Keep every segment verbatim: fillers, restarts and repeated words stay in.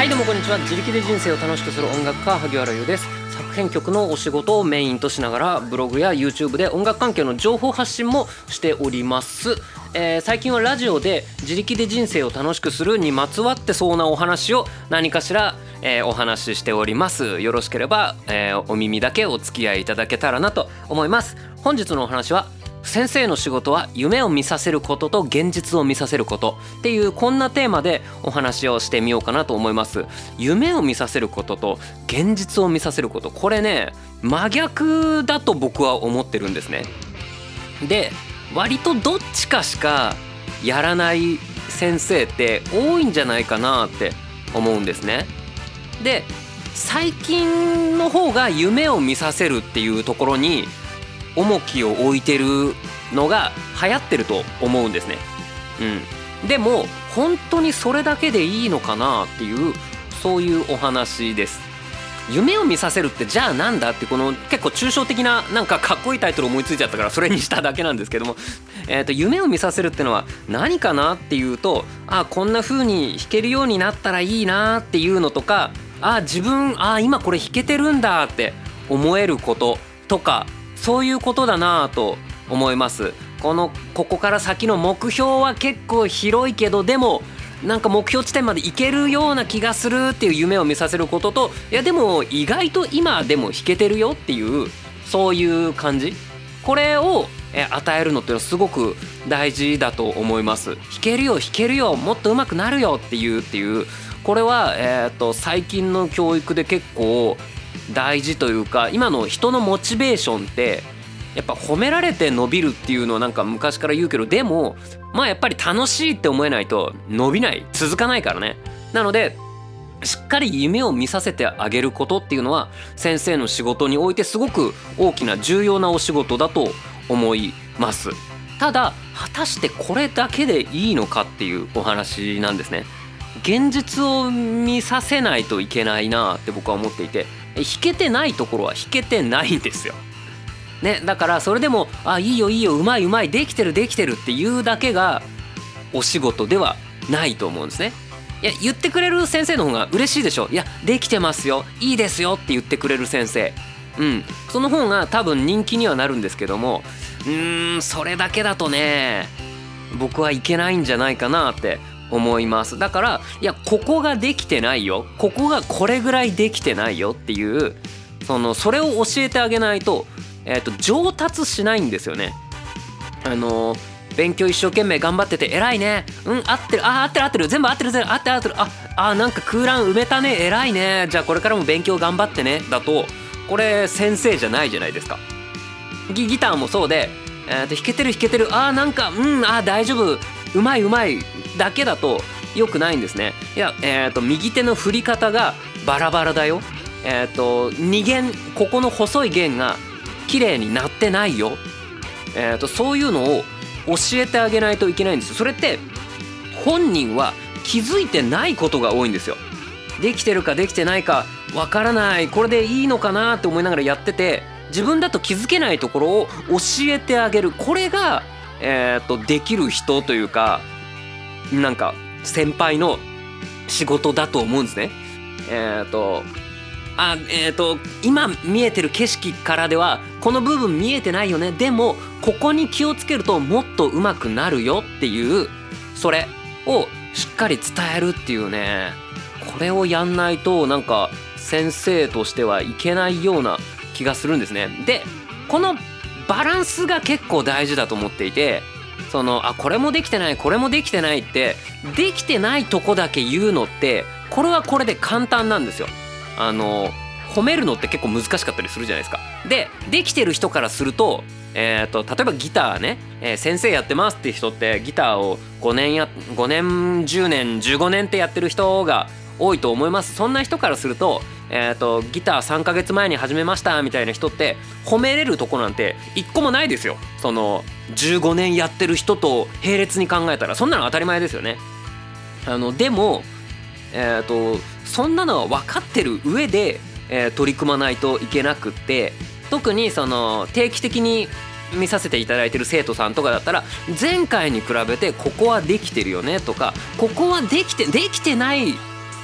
はいどうもこんにちは。自力で人生を楽しくする音楽家萩原優です。作編曲のお仕事をメインとしながらブログや YouTube で音楽関係の情報発信もしております。えー、最近はラジオで自力で人生を楽しくするにまつわってそうなお話を何かしら、えー、お話ししております。よろしければ、えー、お耳だけお付き合いいただけたらなと思います。本日のお話は先生の仕事は夢を見させることと現実を見させることっていうこんなテーマでお話をしてみようかなと思います。夢を見させることと現実を見させること、これね真逆だと僕は思ってるんですね。で割とどっちかしかやらない先生って多いんじゃないかなって思うんですね。で最近の方が夢を見させるっていうところに重きを置いてるのが流行ってると思うんですね。うん、でも本当にそれだけでいいのかなっていうそういうお話です。夢を見させるってじゃあなんだってこの結構抽象的ななんかかっこいいタイトル思いついちゃったからそれにしただけなんですけども、えーと夢を見させるってのは何かなっていうと、あこんな風に弾けるようになったらいいなっていうのとか、あ自分あ今これ弾けてるんだって思えることとか、そういうことだなと思います。このここから先の目標は結構広いけどでもなんか目標地点まで行けるような気がするっていう夢を見させることと、いやでも意外と今でも弾けてるよっていうそういう感じ、これを与えるのっていうのはすごく大事だと思います。弾けるよ弾けるよもっと上手くなるよっていうっていうこれは、えー、と最近の教育で結構大事というか、今の人のモチベーションってやっぱ褒められて伸びるっていうのはなんか昔から言うけど、でもまあやっぱり楽しいって思えないと伸びない、続かないからね。なのでしっかり夢を見させてあげることっていうのは先生の仕事においてすごく大きな重要なお仕事だと思います。ただ果たしてこれだけでいいのかっていうお話なんですね。現実を見させないといけないなって僕は思っていて、弾けてないところは弾けてないんですよ。ね、だからそれでもあいいよいいようまいうまいできてるできてるっていうだけがお仕事ではないと思うんですね。いや言ってくれる先生の方が嬉しいでしょ。いやできてますよいいですよって言ってくれる先生、うんその方が多分人気にはなるんですけども、うーんそれだけだとね僕はいけないんじゃないかなって思います。だからいやここができてないよ、ここがこれぐらいできてないよっていうそのそれを教えてあげないと、えーと上達しないんですよね。あのー、勉強一生懸命頑張ってて偉いね、うん合ってるあ合ってる合ってる全部合ってる全部合ってる合ってるああなんか空欄埋めたね偉いねじゃあこれからも勉強頑張ってねだとこれ先生じゃないじゃないですか。 ギ, ギターもそうで、えー、と弾けてる弾けてるあなんかうんあ大丈夫うまいうまいだけだと良くないんですね。いや、えー、と右手の振り方がバラバラだよ、えー、とに弦ここの細い弦が綺麗になってないよ、えー、とそういうのを教えてあげないといけないんですよ。それって本人は気づいてないことが多いんですよ。できてるかできてないかわからない、これでいいのかなって思いながらやってて自分だと気づけないところを教えてあげる、これが、えー、とできる人というかなんか先輩の仕事だと思うんですね。えー、とあえー、と今見えてる景色からではこの部分見えてないよね、でもここに気をつけるともっと上手くなるよっていうそれをしっかり伝えるっていうね、これをやんないとなんか先生としてはいけないような気がするんですね。でこのバランスが結構大事だと思っていて、そのあこれもできてないこれもできてないってできてないとこだけ言うのってこれはこれで簡単なんですよ。あの褒めるのって結構難しかったりするじゃないですか。でできてる人からすると、えー、と例えばギターね、えー、先生やってますって人ってギターをごねんやごねんじゅうねんじゅうごねんってやってる人が多いと思います。そんな人からすると、えー、とギターさんかげつまえに始めましたみたいな人って褒めれるとこなんて一個もないですよ。そのじゅうごねんやってる人と並列に考えたらそんなの当たり前ですよね。あのでも、えー、とそんなのは分かってる上で、えー、取り組まないといけなくって、特にその定期的に見させていただいてる生徒さんとかだったら前回に比べてここはできてるよねとかここはできてできてない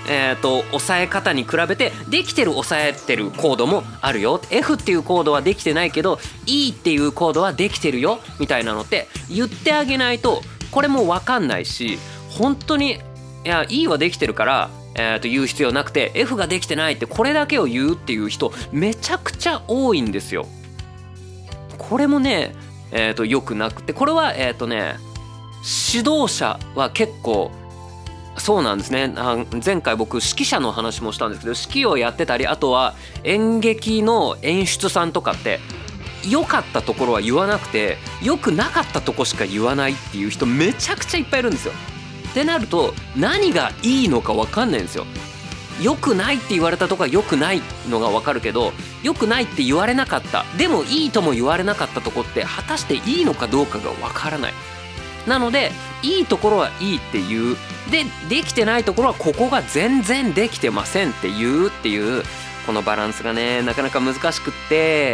えー、と押さえ方に比べてできてる押さえてるコードもあるよ、 F っていうコードはできてないけど E っていうコードはできてるよみたいなのって言ってあげないとこれも分かんないし、本当にいや E はできてるから、えー、と言う必要なくて F ができてないってこれだけを言うっていう人めちゃくちゃ多いんですよ。これもね、えー、とよくなくて、これはえっ、とね指導者は結構そうなんですね。あ前回僕指揮者の話もしたんですけど、指揮をやってたり、あとは演劇の演出さんとかって良かったところは言わなくて良くなかったとこしか言わないっていう人めちゃくちゃいっぱいいるんですよ。ってなると何がいいのか分かんないんですよ。良くないって言われたとこは良くないのが分かるけど、良くないって言われなかったでもいいとも言われなかったとこって果たしていいのかどうかが分からない。なのでいいところはいいっていうで、できてないところはここが全然できてませんっていうっていうこのバランスがねなかなか難しくって、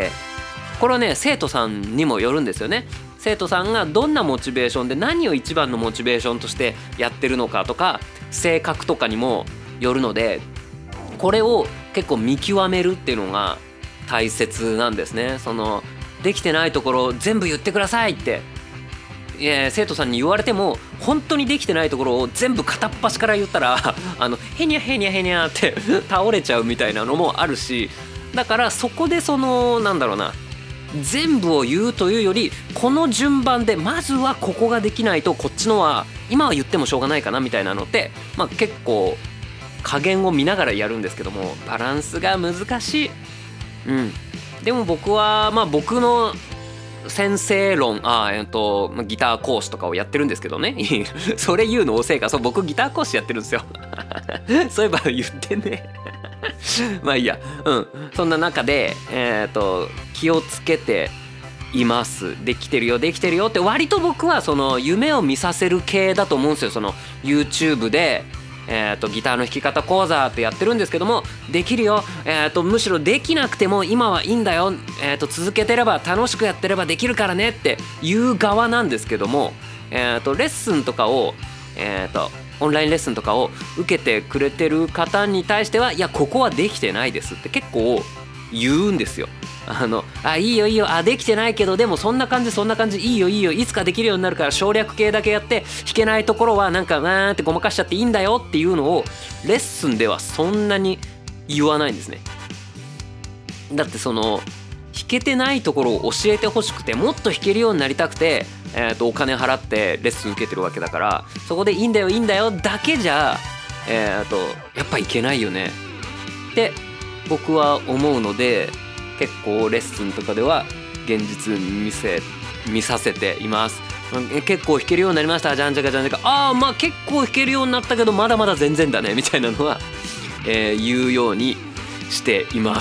これはね生徒さんにもよるんですよね。生徒さんがどんなモチベーションで何を一番のモチベーションとしてやってるのかとか性格とかにもよるので、これを結構見極めるっていうのが大切なんですね。そのできてないところ全部言ってくださいっていや生徒さんに言われても本当にできてないところを全部片っ端から言ったらあのへにゃへにゃへにゃって倒れちゃうみたいなのもあるし、だからそこでそのなんだろうな全部を言うというよりこの順番でまずはここができないとこっちのは今は言ってもしょうがないかなみたいなのって、まあ、結構加減を見ながらやるんですけどもバランスが難しい。うん、でも僕はまあ僕の先生論あえっとギター講師とかをやってるんですけどねそれ言うの遅いか、そう僕ギター講師やってるんですよそういえば言ってねまあいいや、うんそんな中でえっと気をつけています。できてるよできてるよって割と僕はその夢を見させる系だと思うんですよ。その YouTube でえー、とギターの弾き方講座ってやってるんですけども、できるよ、えー、とむしろできなくても今はいいんだよ、えー、と続けてれば楽しくやってればできるからねっていう側なんですけども、えー、とレッスンとかを、えー、とオンラインレッスンとかを受けてくれてる方に対してはいやここはできてないですって結構言うんですよ。あのあいいよいいよあできてないけどでもそんな感じそんな感じいいよいいよいつかできるようになるから省略系だけやって弾けないところはなんかわーってごまかしちゃっていいんだよっていうのをレッスンではそんなに言わないんですね。だってその弾けてないところを教えてほしくてもっと弾けるようになりたくて、えー、とお金払ってレッスン受けてるわけだからそこでいいんだよいいんだよだけじゃ、えー、とやっぱいけないよねって僕は思うので結構レッスンとかでは現実見せ見させています。結構弾けるようになりましたじゃんじゃかじゃんじゃかああまあ結構弾けるようになったけどまだまだ全然だねみたいなのは、えー、言うようにしています、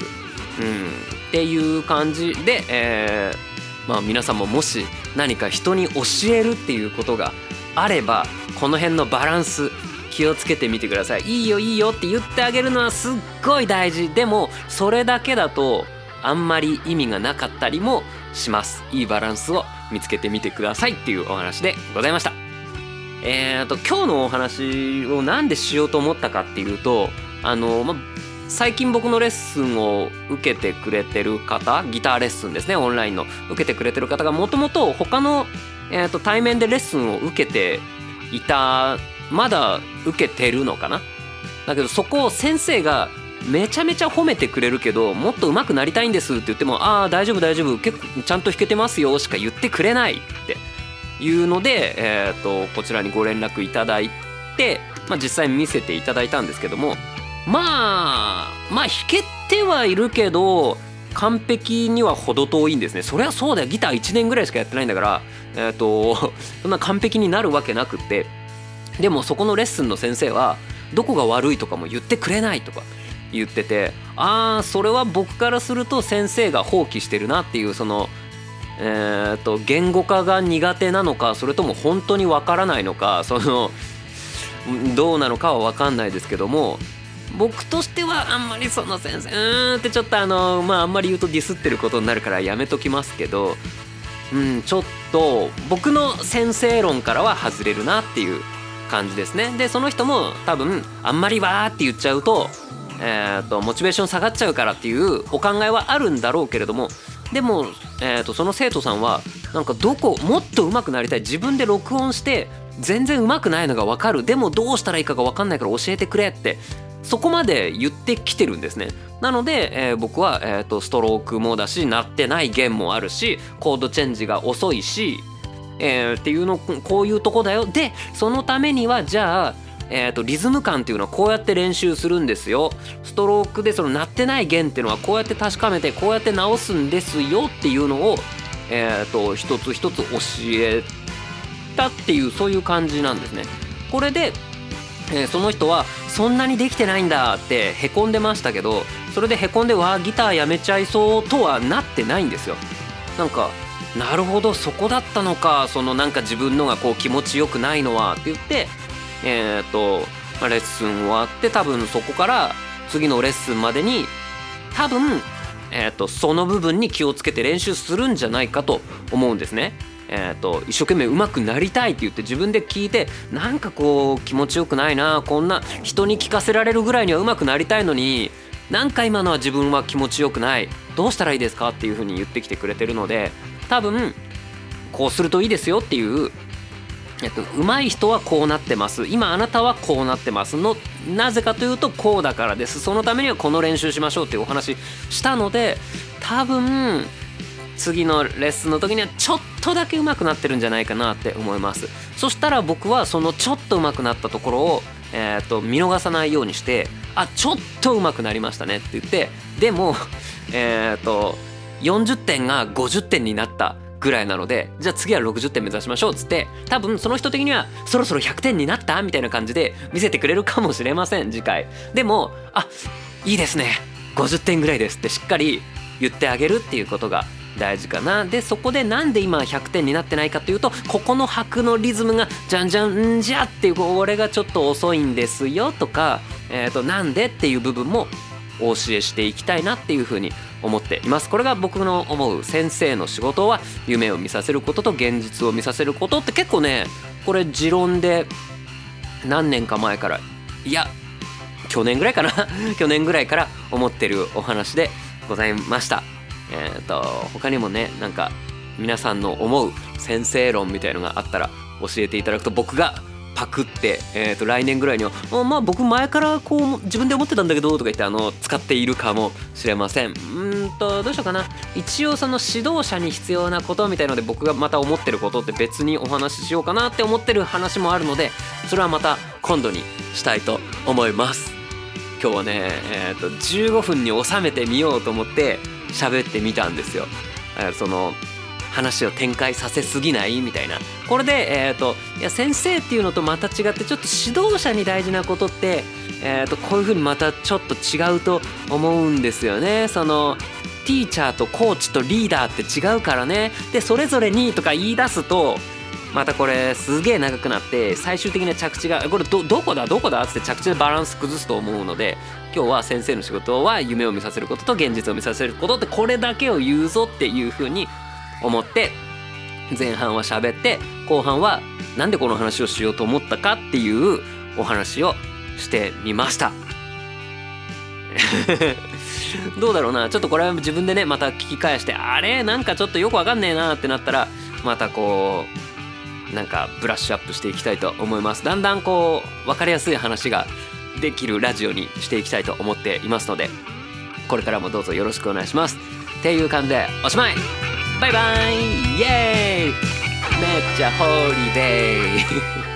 うん、っていう感じで、えーまあ、皆さんももし何か人に教えるっていうことがあればこの辺のバランス気をつけてみてください。いいよいいよって言ってあげるのはすっごい大事。でもそれだけだとあんまり意味がなかったりもします。いいバランスを見つけてみてくださいっていうお話でございました。えーと今日のお話をなんでしようと思ったかっていうとあの、ま、最近僕のレッスンを受けてくれてる方ギターレッスンですねオンラインの受けてくれてる方がもともと他の、えーと対面でレッスンを受けていたまだ受けてるのかな。だけどそこを先生がめちゃめちゃ褒めてくれるけどもっと上手くなりたいんですって言ってもああ大丈夫大丈夫結構ちゃんと弾けてますよしか言ってくれないっていうので、えー、とこちらにご連絡いただいて、まあ、実際見せていただいたんですけどもまあまあ弾けてはいるけど完璧には程遠いんですね。そりゃそうだよギターいちねんぐらいしかやってないんだから、えー、とそんな完璧になるわけなくってでもそこのレッスンの先生はどこが悪いとかも言ってくれないとか言っててああそれは僕からすると先生が放棄してるなっていうそのえーと言語化が苦手なのかそれとも本当にわからないのかそのどうなのかは分かんないですけども僕としてはあんまりその先生うーんってちょっとあのまああんまり言うとディスってることになるからやめときますけどうんちょっと僕の先生論からは外れるなっていう感じですね。でその人も多分あんまりわーって言っちゃうと、えー、とモチベーション下がっちゃうからっていうお考えはあるんだろうけれども、でも、えー、とその生徒さんはなんかどこもっと上手くなりたい、自分で録音して全然上手くないのが分かる、でもどうしたらいいかが分かんないから教えてくれってそこまで言ってきてるんですね。なので、えー、僕は、えー、とストロークもだし、鳴ってない弦もあるし、コードチェンジが遅いし、えー、っていうのこういうとこだよ。でそのためにはじゃあ、えー、とリズム感っていうのはこうやって練習するんですよ。ストロークでその鳴ってない弦っていうのはこうやって確かめてこうやって直すんですよっていうのを、えー、と一つ一つ教えたっていう、そういう感じなんですね。これで、えー、その人はそんなにできてないんだってへこんでましたけど、それでへこんでわーギターやめちゃいそうとはなってないんですよ。なんかなるほどそこだったのか、そのなんか自分のがこう気持ちよくないのはって言って、えーとまあ、レッスン終わって多分そこから次のレッスンまでに多分、えーとその部分に気をつけて練習するんじゃないかと思うんですね。えーと一生懸命上手くなりたいって言って自分で聞いて、なんかこう気持ちよくないな、こんな人に聞かせられるぐらいには上手くなりたいのになんか今のは自分は気持ちよくない、どうしたらいいですかっていう風に言ってきてくれてるので、多分こうするといいですよっていう、えっと、上手い人はこうなってます、今あなたはこうなってますの、なぜかというとこうだからです、そのためにはこの練習しましょうっていうお話したので、多分次のレッスンの時にはちょっとだけ上手くなってるんじゃないかなって思います。そしたら僕はそのちょっと上手くなったところを、えー、と見逃さないようにして、あちょっと上手くなりましたねって言って、でもえっとよんじゅってんがごじゅってんになったぐらいなので、じゃあ次はろくじゅってん目指しましょうっつって、多分その人的にはそろそろひゃくてんになったみたいな感じで見せてくれるかもしれません次回。でもあいいですねごじゅってんぐらいですってしっかり言ってあげるっていうことが大事かな。でそこでなんで今ひゃくてんになってないかというと、ここの拍のリズムがじゃんじゃんんじゃっていう、これがちょっと遅いんですよとか、えーとなんでっていう部分もお教えしていきたいなっていうふうに思っています。これが僕の思う先生の仕事は、夢を見させることと現実を見させることって、結構ねこれ持論で何年か前から、いや去年ぐらいかな去年ぐらいから思ってるお話でございました。えーと他にもね、なんか皆さんの思う先生論みたいのがあったら教えていただくと、僕がパクって、えー、と来年ぐらいにはあまあ僕前からこう自分で思ってたんだけどとか言ってあの使っているかもしれません。うーんとどうしようかな。一応その指導者に必要なことみたいので、僕がまた思ってることって別にお話ししようかなって思ってる話もあるので、それはまた今度にしたいと思います。今日はね、えー、とじゅうごふんに収めてみようと思って喋ってみたんですよ。その話を展開させすぎないみたいな。これで、えー、といや先生っていうのとまた違って、ちょっと指導者に大事なことって、えー、とこういう風にまたちょっと違うと思うんですよね。そのティーチャーとコーチとリーダーって違うからね。でそれぞれにとか言い出すとまたこれすげえ長くなって、最終的な着地がこれ ど, どこだどこだって着地でバランス崩すと思うので、今日は先生の仕事は夢を見させることと現実を見させることって、これだけを言うぞっていう風に思って、前半は喋って、後半はなんでこの話をしようと思ったかっていうお話をしてみましたどうだろうな。ちょっとこれは自分でねまた聞き返して、あれなんかちょっとよくわかんねえなってなったら、またこうなんかブラッシュアップしていきたいと思います。だんだんこう分かりやすい話ができるラジオにしていきたいと思っていますので、これからもどうぞよろしくお願いしますっていう感じでおしまい。バイバイイエーイ、めっちゃホリデー